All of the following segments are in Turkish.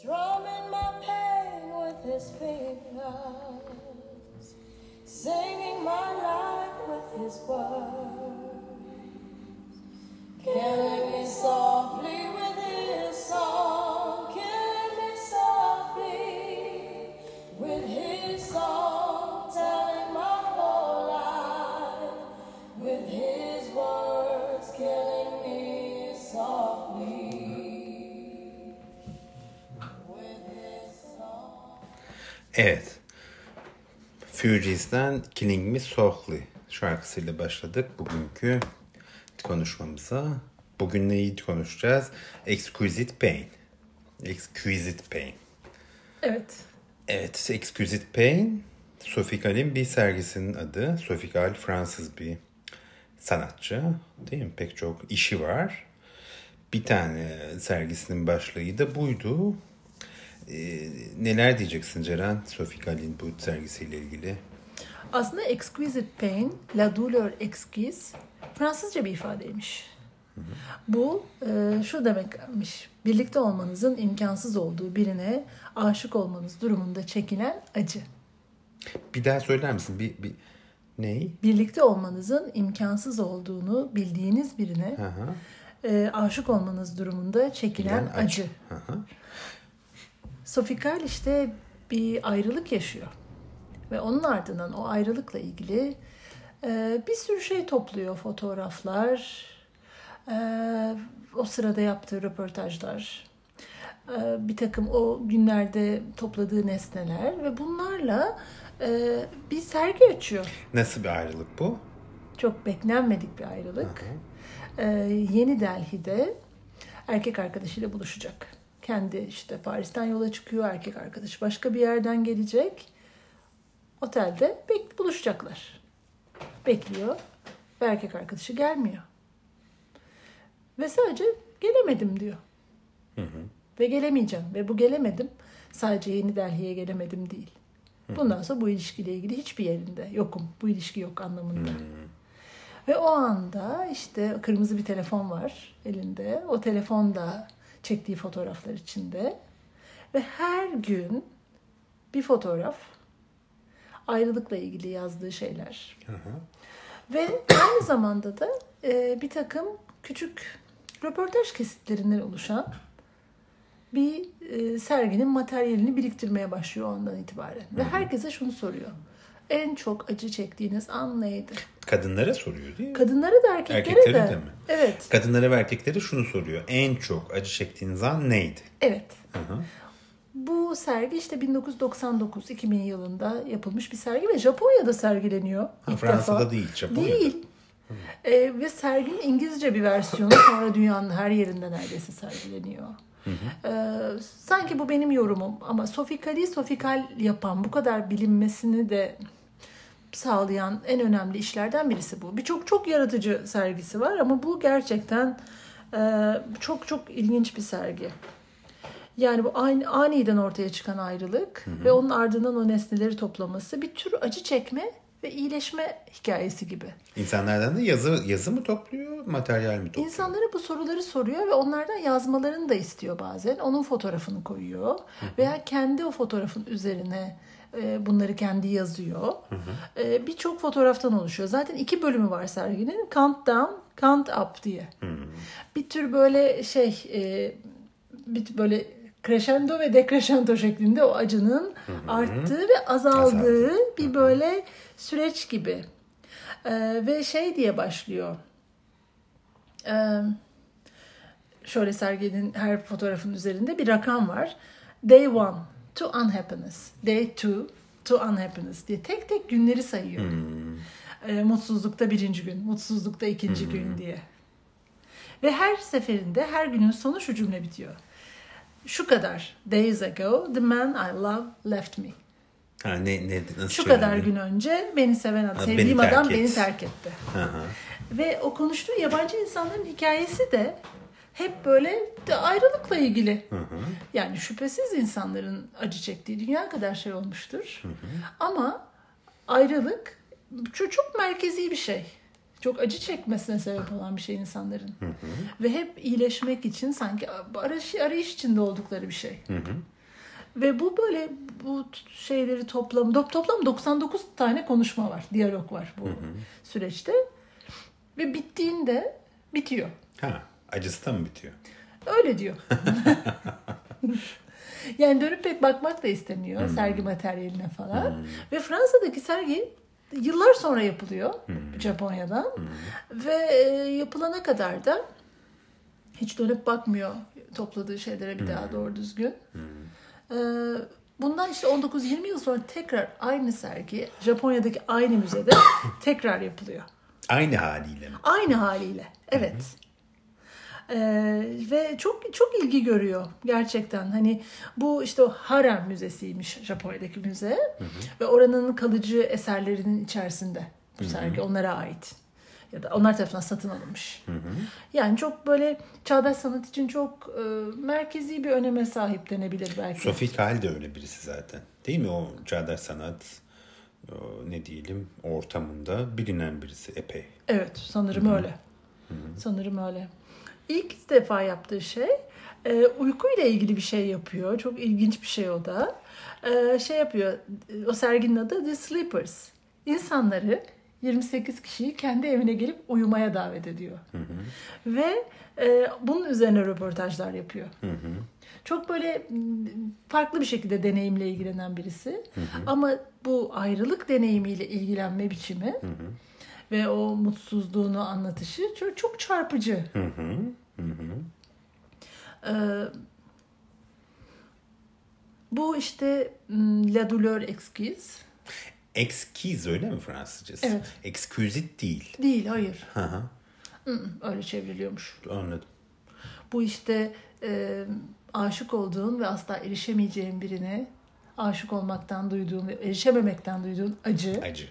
Strumming my pain with his fingers, singing my life with his words, killing me softly with his song, killing me softly with his song, telling my whole life with his words, killing me softly. Evet, Fugie's'den Killing Me Softly şarkısıyla başladık bugünkü konuşmamıza. Bugün neyi konuşacağız? Exquisite Pain. Exquisite Pain. Evet. Evet, Exquisite Pain, Sophie Call'in bir sergisinin adı. Sophie Call Fransız bir sanatçı, değil mi? Pek çok işi var. Bir tane sergisinin başlığı da buydu. Neler diyeceksin Ceren, Sophie Call'in bu sergisiyle ilgili? Aslında exquisite pain, la douleur exquise Fransızca bir ifadeymiş. Hı-hı. Bu şu demekmiş: birlikte olmanızın imkansız olduğu birine aşık olmanız durumunda çekilen acı. Bir daha söyler misin? Bir ney? Birlikte olmanızın imkansız olduğunu bildiğiniz birine aşık olmanız durumunda çekilen acı. Sophie Call işte bir ayrılık yaşıyor. Ve onun ardından o ayrılıkla ilgili bir sürü şey topluyor. Fotoğraflar, o sırada yaptığı röportajlar, bir takım o günlerde topladığı nesneler ve bunlarla bir sergi açıyor. Nasıl bir ayrılık bu? Çok beklenmedik bir ayrılık. Yeni Delhi'de erkek arkadaşıyla buluşacak. Kendi işte Paris'ten yola çıkıyor. Erkek arkadaşı başka bir yerden gelecek. Otelde buluşacaklar. Bekliyor. Ve erkek arkadaşı gelmiyor. Ve sadece gelemedim diyor. Hı. Ve gelemeyeceğim. Ve bu gelemedim sadece Yeni Delhi'ye gelemedim değil. Bundan sonra bu ilişkiyle ilgili hiçbir yerinde yokum. Bu ilişki yok anlamında. Ve o anda işte kırmızı bir telefon var elinde. O telefonda çektiği fotoğraflar içinde. Ve her gün bir fotoğraf, ayrılıkla ilgili yazdığı şeyler. Ve aynı zamanda da bir takım küçük röportaj kesitlerinden oluşan bir serginin materyalini biriktirmeye başlıyor ondan itibaren. Ve herkese şunu soruyor: en çok acı çektiğiniz an neydi? Kadınlara soruyor değil mi? Kadınlara da erkeklere de. Mi? Evet. Kadınlara ve erkeklere şunu soruyor: en çok acı çektiğiniz an neydi? Evet. Bu sergi işte 1999-2000 yılında yapılmış bir sergi ve Japonya'da sergileniyor ilk Fransa'da defa. Değil, Japonya'da. Değil. Ve serginin İngilizce bir versiyonu sonra dünyanın her yerinde neredeyse sergileniyor. Sanki bu benim yorumum ama Sophie Call yapan, bu kadar bilinmesini de sağlayan en önemli işlerden birisi bu. Birçok çok yaratıcı sergisi var ama bu gerçekten çok çok ilginç bir sergi. Yani bu aniden ortaya çıkan ayrılık ve onun ardından o nesneleri toplaması bir tür acı çekme ve iyileşme hikayesi gibi. İnsanlardan da yazı mı topluyor, materyal mi topluyor? İnsanlara bu soruları soruyor ve onlardan yazmalarını da istiyor bazen. Onun fotoğrafını koyuyor veya kendi o fotoğrafın üzerine bunları kendi yazıyor. Birçok fotoğraftan oluşuyor. Zaten 2 bölümü var serginin. Count Down, Count Up diye. Bir tür böyle bir böyle crescendo ve decrescendo şeklinde o acının arttığı ve azaldığı bir böyle süreç gibi. Ve diye başlıyor. Şöyle serginin her fotoğrafın üzerinde bir rakam var. Day 1 to unhappiness. Day 2 to unhappiness diye tek tek günleri sayıyor. Mutsuzlukta 1. gün, mutsuzlukta 2. gün diye. Ve her seferinde her günün sonu şu cümle bitiyor: şu kadar days ago the man I love left me. Nasıl şu kadar gün önce beni seven adam, sevdiğim adam beni terk etti. Ve o konuştuğu yabancı insanların hikayesi de hep böyle ayrılıkla ilgili. Yani şüphesiz insanların acı çektiği dünya kadar şey olmuştur. Ama ayrılık çok merkezi bir şey. Çok acı çekmesine sebep olan bir şey insanların. Ve hep iyileşmek için sanki arayış içinde oldukları bir şey. Ve bu böyle bu şeyleri toplam 99 tane konuşma var, diyalog var bu süreçte. Ve bittiğinde bitiyor. Acısı da mı bitiyor? Öyle diyor. Yani dönüp pek bakmak da istemiyor sergi materyaline falan. Ve Fransa'daki sergi yıllar sonra yapılıyor Japonya'dan. Ve yapılana kadar da hiç dönüp bakmıyor topladığı şeylere bir daha doğru düzgün. Bundan işte 19-20 yıl sonra tekrar aynı sergi Japonya'daki aynı müzede tekrar yapılıyor. Aynı haliyle mi? Aynı haliyle, evet. Ve çok çok ilgi görüyor gerçekten. Hani bu işte o Harem Müzesi'ymiş Japonya'daki müze. Ve oranın kalıcı eserlerinin içerisinde bu sergi onlara ait. Ya da onlar tarafından satın alınmış. Yani çok böyle çağdaş sanat için çok merkezi bir öneme sahip denebilir belki. Sophie Calle de öyle birisi zaten. Değil mi? O çağdaş sanat ne diyelim ortamında bilinen birisi epey. Evet, sanırım öyle. Sanırım öyle. İlk defa yaptığı şey uykuyla ilgili bir şey yapıyor. Çok ilginç bir şey o da. Şey yapıyor, o serginin adı The Sleepers. İnsanları 28 kişiyi kendi evine gelip uyumaya davet ediyor. Ve bunun üzerine röportajlar yapıyor. Çok böyle farklı bir şekilde deneyimle ilgilenen birisi. Ama bu ayrılık deneyimiyle ilgilenme biçimi ve o mutsuzluğunu anlatışı çok, çok çarpıcı. Bu işte La Douleur Exquise. Exquise öyle mi Fransızcası? Evet. Exquisite değil. Değil, hayır. Öyle çevriliyormuş. Anladım. Bu işte aşık olduğun ve asla erişemeyeceğin birine aşık olmaktan duyduğun ve erişememekten duyduğun acı. Acı.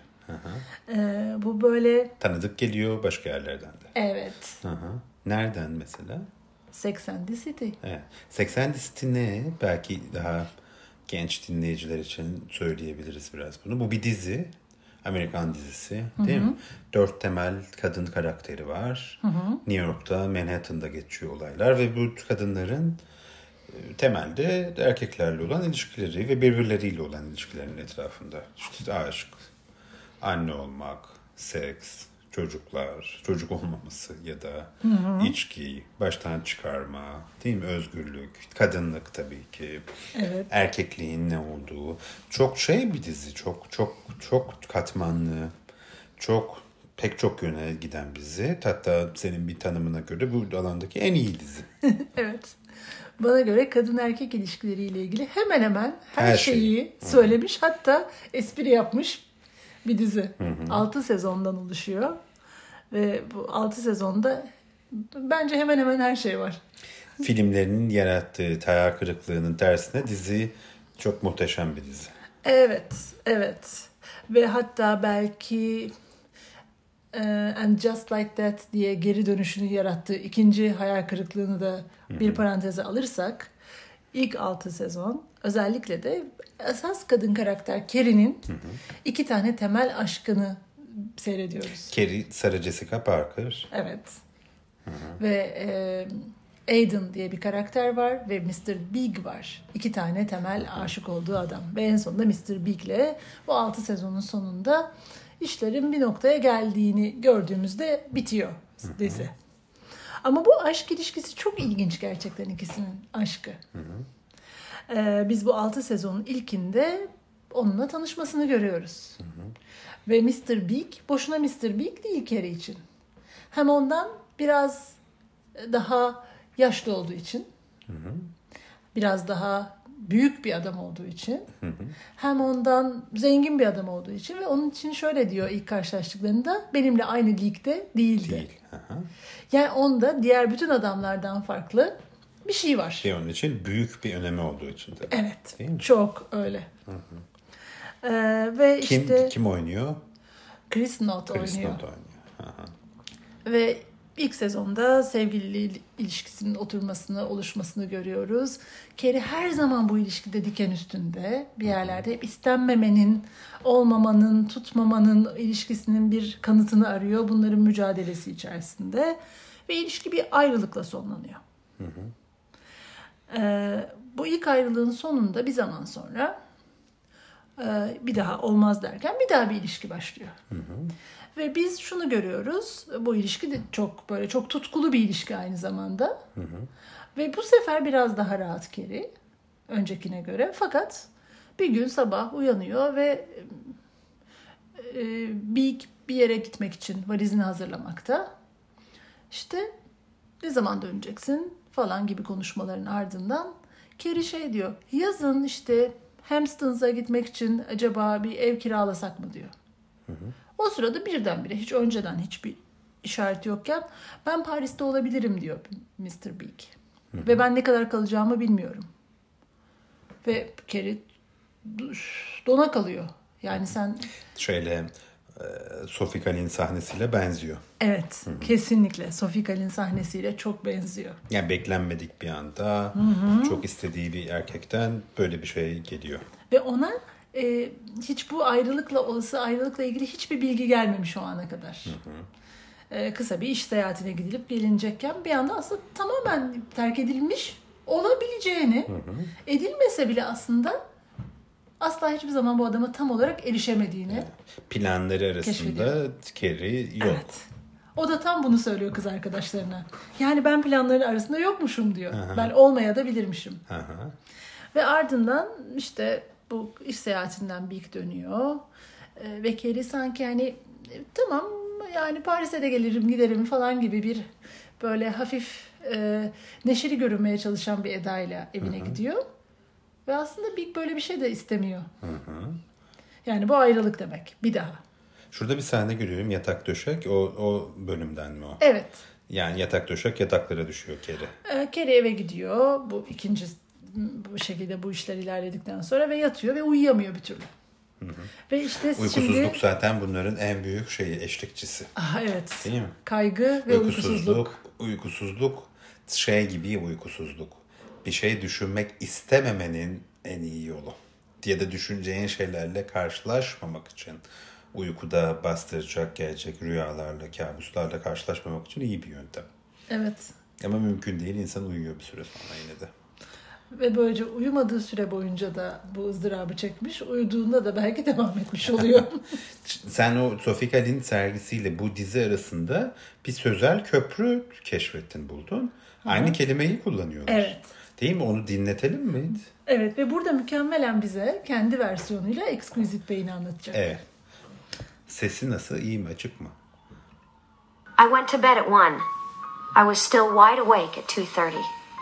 Bu böyle... Tanıdık geliyor başka yerlerden de. Evet. Nereden mesela? Sex and the City. Evet. Sex and the City ne? Belki daha genç dinleyiciler için söyleyebiliriz biraz bunu. Bu bir dizi. Amerikan dizisi. Değil mi? 4 temel kadın karakteri var. New York'ta, Manhattan'da geçiyor olaylar ve bu kadınların temelde erkeklerle olan ilişkileri ve birbirleriyle olan ilişkilerinin etrafında. İşte aşk, anne olmak, seks, çocuklar, çocuk olmaması ya da içki, baştan çıkarma, değil mi? Özgürlük, kadınlık tabii ki. Evet. Erkekliğin ne olduğu. Çok şey bir dizi, çok katmanlı, pek çok yöne giden bir dizi. Hatta senin bir tanımına göre bu alandaki en iyi dizi. Evet. Bana göre kadın erkek ilişkileriyle ilgili hemen hemen her şeyi söylemiş. Hatta espri yapmış bir dizi. 6 sezondan oluşuyor. Ve bu 6 sezonda bence hemen hemen her şey var. Filmlerinin yarattığı hayal kırıklığının tersine dizi çok muhteşem bir dizi. Evet, evet. Ve hatta belki And Just Like That diye geri dönüşünü yarattığı ikinci hayal kırıklığını da bir paranteze alırsak ilk 6 sezon özellikle de esas kadın karakter Carrie'nin 2 tane temel aşkını seyrediyoruz. Carrie, Sarah Jessica Parker. Evet. Ve Aiden diye bir karakter var ve Mr. Big var. 2 tane temel aşık olduğu adam. Ve en sonunda Mr. Big'le bu 6 sezonun sonunda işlerin bir noktaya geldiğini gördüğümüzde bitiyor dizi. Ama bu aşk ilişkisi çok ilginç gerçekten, ikisinin aşkı. Biz bu 6 sezonun ilkinde onunla tanışmasını görüyoruz. Ve Mr. Big, boşuna Mr. Big değil Carrie için. Hem ondan biraz daha yaşlı olduğu için, biraz daha büyük bir adam olduğu için, hem ondan zengin bir adam olduğu için ve onun için şöyle diyor ilk karşılaştıklarında, benimle aynı ligde değildi. Yani onda diğer bütün adamlardan farklı bir şey var. Onun için büyük bir önemi olduğu için tabii. Evet, çok öyle. Ve işte kim oynuyor? Chris Noth oynuyor. Chris Noth oynuyor. Ve İlk sezonda sevgili ilişkisinin oluşmasını görüyoruz. Carrie her zaman bu ilişkide diken üstünde. Bir yerlerde hep istenmemenin, olmamanın, tutmamanın ilişkisinin bir kanıtını arıyor. Bunların mücadelesi içerisinde. Ve ilişki bir ayrılıkla sonlanıyor. Bu ilk ayrılığın sonunda bir zaman sonra bir daha olmaz derken bir daha bir ilişki başlıyor. Ve biz şunu görüyoruz. Bu ilişki de çok tutkulu bir ilişki aynı zamanda. Ve bu sefer biraz daha rahat Carrie öncekine göre. Fakat bir gün sabah uyanıyor ve bir yere gitmek için valizini hazırlamakta. İşte ne zaman döneceksin falan gibi konuşmaların ardından Carrie diyor. Yazın işte Hamptons'a gitmek için acaba bir ev kiralasak mı diyor. O sırada birdenbire hiç önceden hiçbir işaret yokken ben Paris'te olabilirim diyor Mr. Big. Ve ben ne kadar kalacağımı bilmiyorum. Ve Carrie dona kalıyor. Yani sen... Sophie Caline sahnesiyle benziyor. Evet, kesinlikle. Sophie Caline sahnesiyle çok benziyor. Yani beklenmedik bir anda çok istediği bir erkekten böyle bir şey geliyor. Ve ona hiç bu olası ayrılıkla ilgili hiçbir bilgi gelmemiş o ana kadar. Kısa bir iş seyahatine gidilip gelinecekken bir anda aslında tamamen terk edilmiş olabileceğini, edilmese bile aslında asla hiçbir zaman bu adama tam olarak erişemediğini planları arasında Carrie yok. Evet. O da tam bunu söylüyor kız arkadaşlarına. Yani ben planların arasında yokmuşum diyor. Ben olmaya da bilirmişim. Ve ardından işte bu iş seyahatinden Big dönüyor. Ve Carrie sanki hani tamam yani Paris'e de gelirim giderim falan gibi bir böyle hafif neşeli görünmeye çalışan bir edayla evine gidiyor. Ve aslında Big böyle bir şey de istemiyor. Yani bu ayrılık demek. Bir daha. Şurada bir sahne görüyorum. Yatak döşek. O bölümden mi o? Evet. Yani yatak döşek yataklara düşüyor Carrie. Carrie eve gidiyor. Bu ikinci bu şekilde bu işler ilerledikten sonra ve yatıyor ve uyuyamıyor bir türlü. Ve işte uykusuzluk zaten bunların en büyük eşlikçisi. Evet. Değil mi? Kaygı ve uykusuzluk. Uykusuzluk gibi uykusuzluk. Bir şey düşünmek istememenin en iyi yolu. Ya da düşüneceğin şeylerle karşılaşmamak için uykuda bastıracak gelecek rüyalarla, kabuslarla karşılaşmamak için iyi bir yöntem. Evet. Ama mümkün değil. İnsan uyuyor bir süre sonra yine de. Ve böylece uyumadığı süre boyunca da bu ızdırabı çekmiş. Uyuduğunda da belki devam etmiş oluyor. Sen o Sophie Caline sergisiyle bu dizi arasında bir sözel köprü keşfettin, buldun. Aynı kelimeyi kullanıyorlar. Evet. Değil mi? Onu dinletelim mi? Evet ve burada mükemmelen bize kendi versiyonuyla Exquisite Pain'i anlatacak. Evet. Sesi nasıl? İyi mi? Açık mı? I went to bed at 1. I was still wide awake at 2:30.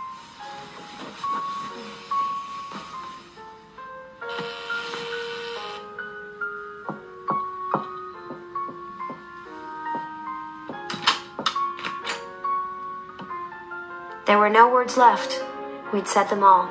There were no words left. We'd said them all.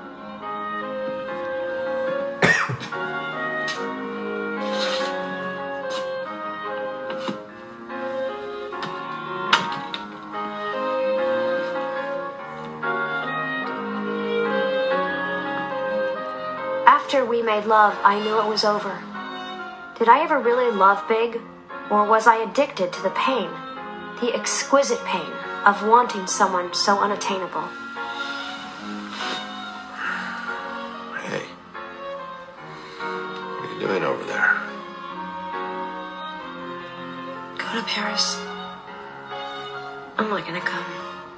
After we made love, I knew it was over. Did I ever really love Big? Or was I addicted to the pain? The exquisite pain of wanting someone so unattainable. Hey. What are you doing over there? Go to Paris. I'm not gonna come.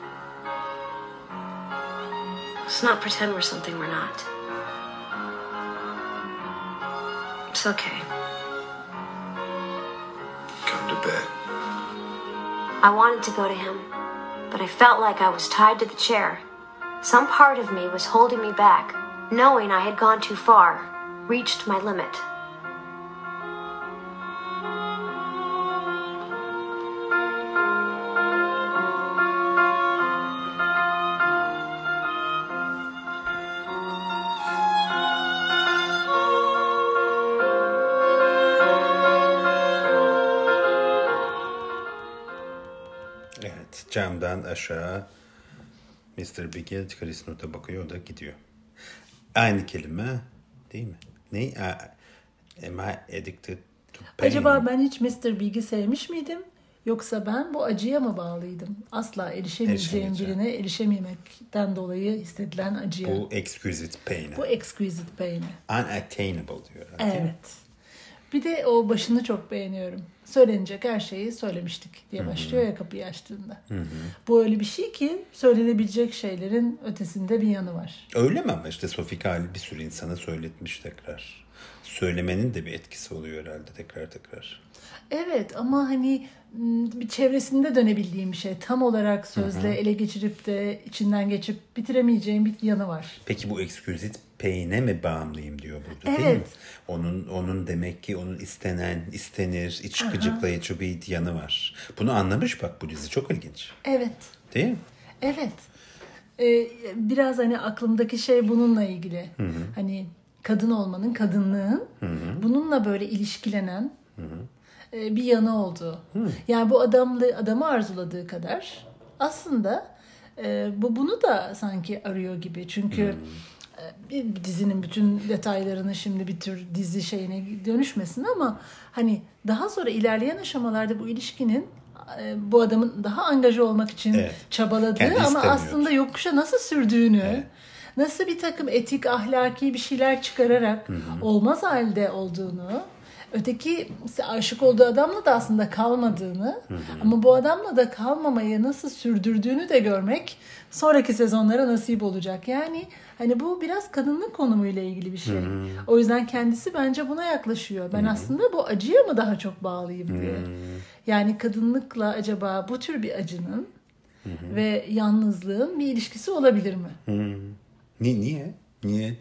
Let's not pretend we're something we're not. It's okay. Come to bed. I wanted to go to him, but I felt like I was tied to the chair. Some part of me was holding me back, knowing I had gone too far, reached my limit. Evet. Camdan aşağı Mr. Big'e Chris Not'a bakıyor, o da gidiyor. Aynı kelime değil mi? Ne? Am I addicted to pain? Acaba ben hiç Mr. Big'i sevmiş miydim? Yoksa ben bu acıya mı bağlıydım? Asla erişemeyeceğim birine erişememekten dolayı hissedilen acıya. Bu exquisite pain'e. Bu exquisite pain'e. Unattainable diyor. Evet. Bir de o başını çok beğeniyorum. Söylenecek her şeyi söylemiştik diye başlıyor ya kapıyı açtığında. Bu öyle bir şey ki söylenebilecek şeylerin ötesinde bir yanı var. Öyle mi ama işte Sophie Calle bir sürü insana söyletmiş tekrar. Söylemenin de bir etkisi oluyor herhalde tekrar. Evet ama hani bir çevresinde dönebildiğim bir şey. Tam olarak sözle ele geçirip de içinden geçip bitiremeyeceğim bir yanı var. Peki bu exquisite pain'e mi bağımlıyım diyor burada değil mi? Onun demek ki onun istenir, iç gıcıklayıcı bir yanı var. Bunu anlamış bak bu dizi, çok ilginç. Evet. Değil mi? Evet. Biraz hani aklımdaki şey bununla ilgili. Hani kadın olmanın, kadınlığın bununla böyle ilişkilenen bir yanı oldu. Yani bu adamı arzuladığı kadar aslında bu bunu da sanki arıyor gibi. Çünkü bir dizinin bütün detaylarını şimdi bir tür dizi şeyine dönüşmesin ama hani daha sonra ilerleyen aşamalarda bu ilişkinin bu adamın daha angaja olmak için çabaladığı kendi ama istemiyor. aslında yokuşa nasıl sürdüğünü, nasıl bir takım etik, ahlaki bir şeyler çıkararak olmaz halde olduğunu, öteki aşık olduğu adamla da aslında kalmadığını ama bu adamla da kalmamayı nasıl sürdürdüğünü de görmek sonraki sezonlara nasip olacak. Yani hani bu biraz kadınlık konumuyla ilgili bir şey. O yüzden kendisi bence buna yaklaşıyor. Ben aslında bu acıya mı daha çok bağlıyım diye. Yani kadınlıkla acaba bu tür bir acının ve yalnızlığın bir ilişkisi olabilir mi? Niye? Niye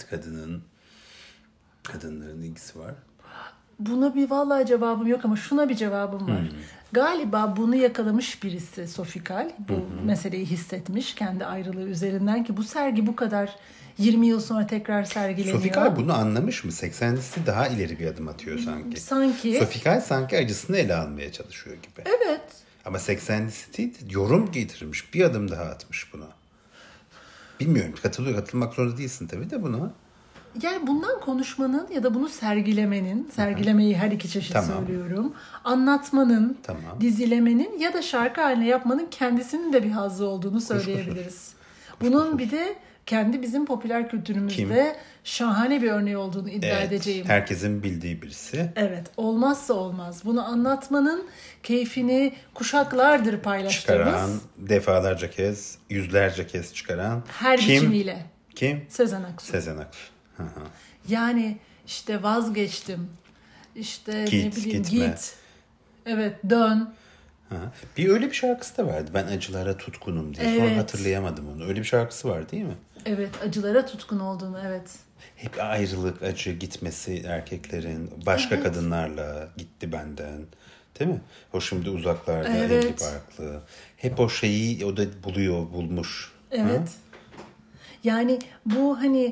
kadınların ilgisi var? Buna bir vallahi cevabım yok ama şuna bir cevabım var. Galiba bunu yakalamış birisi Sophie Calle. Bu meseleyi hissetmiş kendi ayrılığı üzerinden ki bu sergi bu kadar 20 yıl sonra tekrar sergileniyor. Sophie Calle bunu anlamış mı? 80'lisi daha ileri bir adım atıyor sanki. Sanki. Sophie Calle sanki acısını ele almaya çalışıyor gibi. Evet. Ama 80'lisi değil, yorum getirmiş. Bir adım daha atmış buna. Bilmiyorum. Katılmak zorunda değilsin tabii de buna. Yani bundan konuşmanın ya da bunu sergilemeyi her iki çeşit söylüyorum. Anlatmanın, dizilemenin ya da şarkı haline yapmanın kendisinin de bir hazzı olduğunu söyleyebiliriz. Bunun bir de kendi bizim popüler kültürümüzde şahane bir örneği olduğunu iddia edeceğim. Herkesin bildiği birisi. Evet, olmazsa olmaz. Bunu anlatmanın keyfini kuşaklardır paylaştığımız. Çıkaran, defalarca kez, yüzlerce kez çıkaran. Her biçimiyle. Kim? Sezen Aksu. Sezen Aksu. Yani işte vazgeçtim. İşte Gitme. Git. Evet, dön. Bir öyle bir şarkısı da vardı. Ben acılara tutkunum diye. Sonra hatırlayamadım onu. Öyle bir şarkısı var değil mi? Evet, acılara tutkun olduğunu, evet. Hep ayrılık, acı, gitmesi erkeklerin. Başka kadınlarla gitti benden. Değil mi? O şimdi uzaklarda, evli barklı. Hep o şeyi o da bulmuş. Evet. Yani bu hani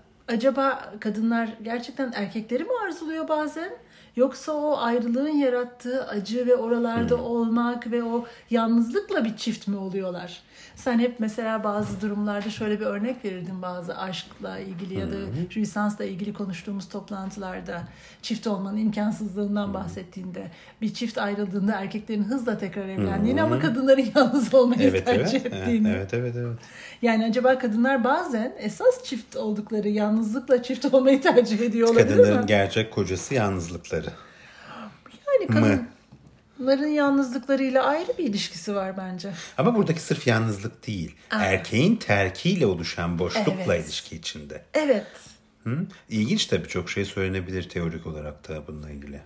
acaba kadınlar gerçekten erkekleri mi arzuluyor bazen? Yoksa o ayrılığın yarattığı acı ve oralarda olmak ve o yalnızlıkla bir çift mi oluyorlar? Sen hep mesela bazı durumlarda şöyle bir örnek verirdin bazı aşkla ilgili ya da rüyansla ilgili konuştuğumuz toplantılarda çift olmanın imkansızlığından bahsettiğinde bir çift ayrıldığında erkeklerin hızla tekrar evlendiğini ama kadınların yalnız olmayı tercih ettiğini. Evet. Yani acaba kadınlar bazen esas çift oldukları yalnızlıkla çift olmayı tercih ediyor olabilir mi? Kadınların gerçek kocası yalnızlıkları. Yani kadınların yalnızlıklarıyla ayrı bir ilişkisi var bence. Ama buradaki sırf yalnızlık değil. Erkeğin terkiyle oluşan boşlukla ilişki içinde. Evet. İlginç tabii, çok şey söylenebilir teorik olarak da bununla ilgili.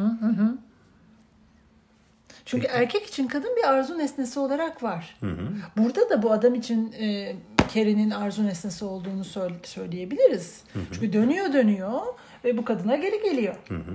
Çünkü erkek için kadın bir arzu nesnesi olarak var. Burada da bu adam için Carrie'nin arzu nesnesi olduğunu söyleyebiliriz. Çünkü dönüyor ve bu kadına geri geliyor.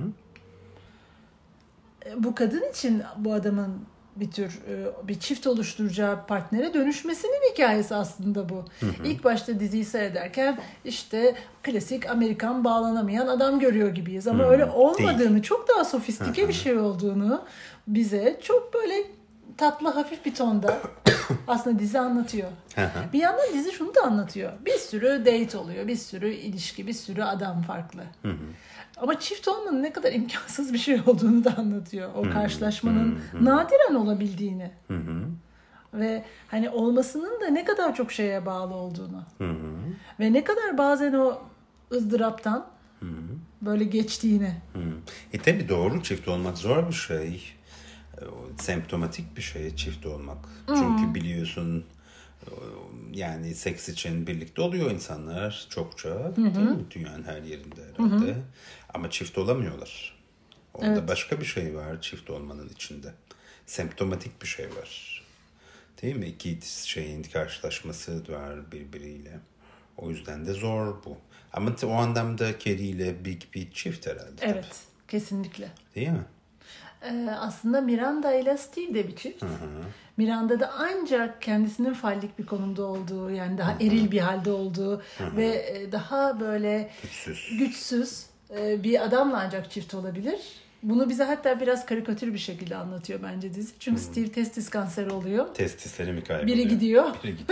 Bu kadın için bu adamın bir tür bir çift oluşturacağı partnere dönüşmesinin hikayesi aslında bu. İlk başta diziyi seyrederken işte klasik Amerikan bağlanamayan adam görüyor gibiyiz. Ama öyle olmadığını, çok daha sofistike bir şey olduğunu bize çok böyle tatlı hafif bir tonda aslında dizi anlatıyor. Bir yandan dizi şunu da anlatıyor. Bir sürü date oluyor, bir sürü ilişki, bir sürü adam farklı. Ama çift olmanın ne kadar imkansız bir şey olduğunu da anlatıyor. O karşılaşmanın nadiren olabildiğini. Ve hani olmasının da ne kadar çok şeye bağlı olduğunu. Ve ne kadar bazen o ızdıraptan böyle geçtiğini. Tabii doğru, çift olmak zor bir şey. Semptomatik bir şey çift olmak. Çünkü biliyorsun yani seks için birlikte oluyor insanlar çokça. Değil mi? Dünyanın her yerinde herhalde. Ama çift olamıyorlar. Orada başka bir şey var çift olmanın içinde. Semptomatik bir şey var. Değil mi? İki şeyin karşılaşması var birbiriyle. O yüzden de zor bu. Ama o anlamda Carrie ile Big bir çift herhalde. Evet, kesinlikle. Değil mi? Aslında Miranda ile Steve de bir çift. Miranda da ancak kendisinin fallik bir konumda olduğu, yani daha eril bir halde olduğu ve daha böyle güçsüz bir adamla ancak çift olabilir. Bunu bize hatta biraz karikatür bir şekilde anlatıyor bence dizi. Çünkü Steve testis kanseri oluyor. Testisleri mi kayboluyor? Biri gidiyor.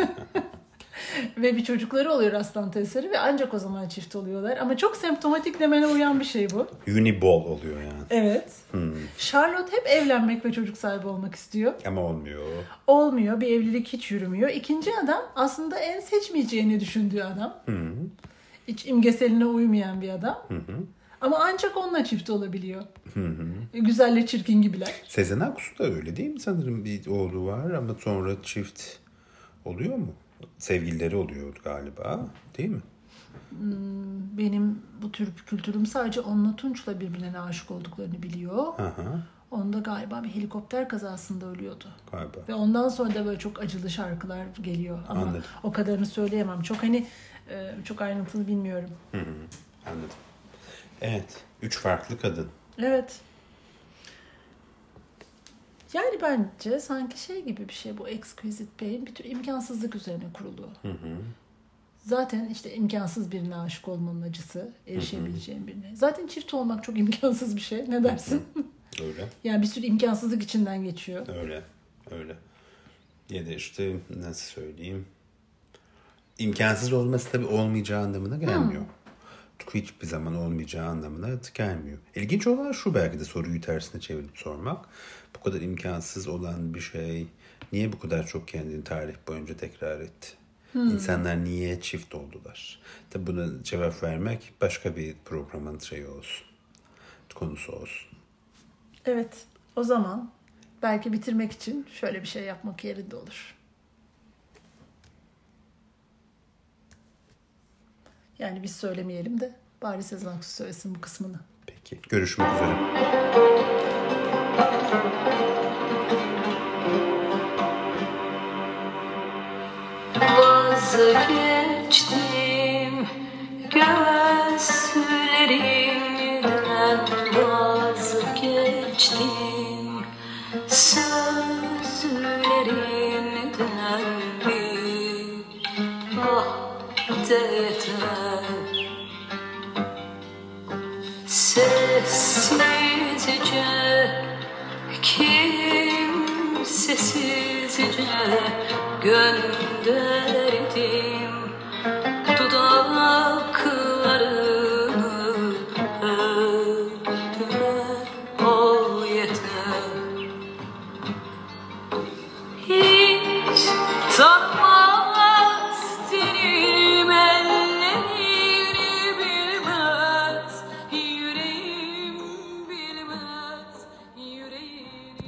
Ve bir çocukları oluyor rastlantı eseri ve ancak o zaman çift oluyorlar. Ama çok semptomatik demene uyan bir şey bu. Uniball oluyor yani. Evet. Charlotte hep evlenmek ve çocuk sahibi olmak istiyor. Ama olmuyor. Olmuyor. Bir evlilik hiç yürümüyor. İkinci adam aslında en seçmeyeceğini düşündüğü adam. Hiç imgeseline uymayan bir adam. Ama ancak onunla çift olabiliyor. Güzelle çirkin gibiler. Sezen Aksu da öyle değil mi? Sanırım bir oğlu var ama sonra çift oluyor mu? Sevgilileri oluyor galiba. Değil mi? Benim bu tür kültürüm sadece onunla Tunç'la birbirine aşık olduklarını biliyor. Onda galiba bir helikopter kazasında ölüyordu. Galiba. Ve ondan sonra da böyle çok acılı şarkılar geliyor. Ama Anladım. o kadarını söyleyemem. Çok çok ayrıntılı bilmiyorum. Anladım. Evet. 3 farklı kadın. Evet. Yani bence sanki şey gibi bir şey bu Exquisite Pain, bir tür imkansızlık üzerine kurulu. Zaten işte imkansız birine aşık olmanın acısı, erişebileceğin birine. Zaten çift olmak çok imkansız bir şey. Ne dersin? Öyle. Yani bir sürü imkansızlık içinden geçiyor. Öyle. Ya da işte nasıl söyleyeyim? İmkansız olması tabii olmayacağı anlamına gelmiyor. Hiçbir zaman olmayacağı anlamına gelmiyor. İlginç olan şu, belki de soruyu tersine çevirip sormak. Bu kadar imkansız olan bir şey niye bu kadar çok kendini tarih boyunca tekrar etti? İnsanlar niye çift oldular? Tabii buna cevap vermek başka bir programın şeyi olsun. Konusu olsun. Evet. O zaman belki bitirmek için şöyle bir şey yapmak yerinde olur. Yani biz söylemeyelim de bari Sezen Aksu söylesin bu kısmını. Peki. Görüşmek üzere. Vazgeçtim gözlerimden, vazgeçtim sözlerimden, bir vahde yeter. Sessizce, kimsesizce gönderdim dudaklarımı öptüme, o yeter. Hiç tanımam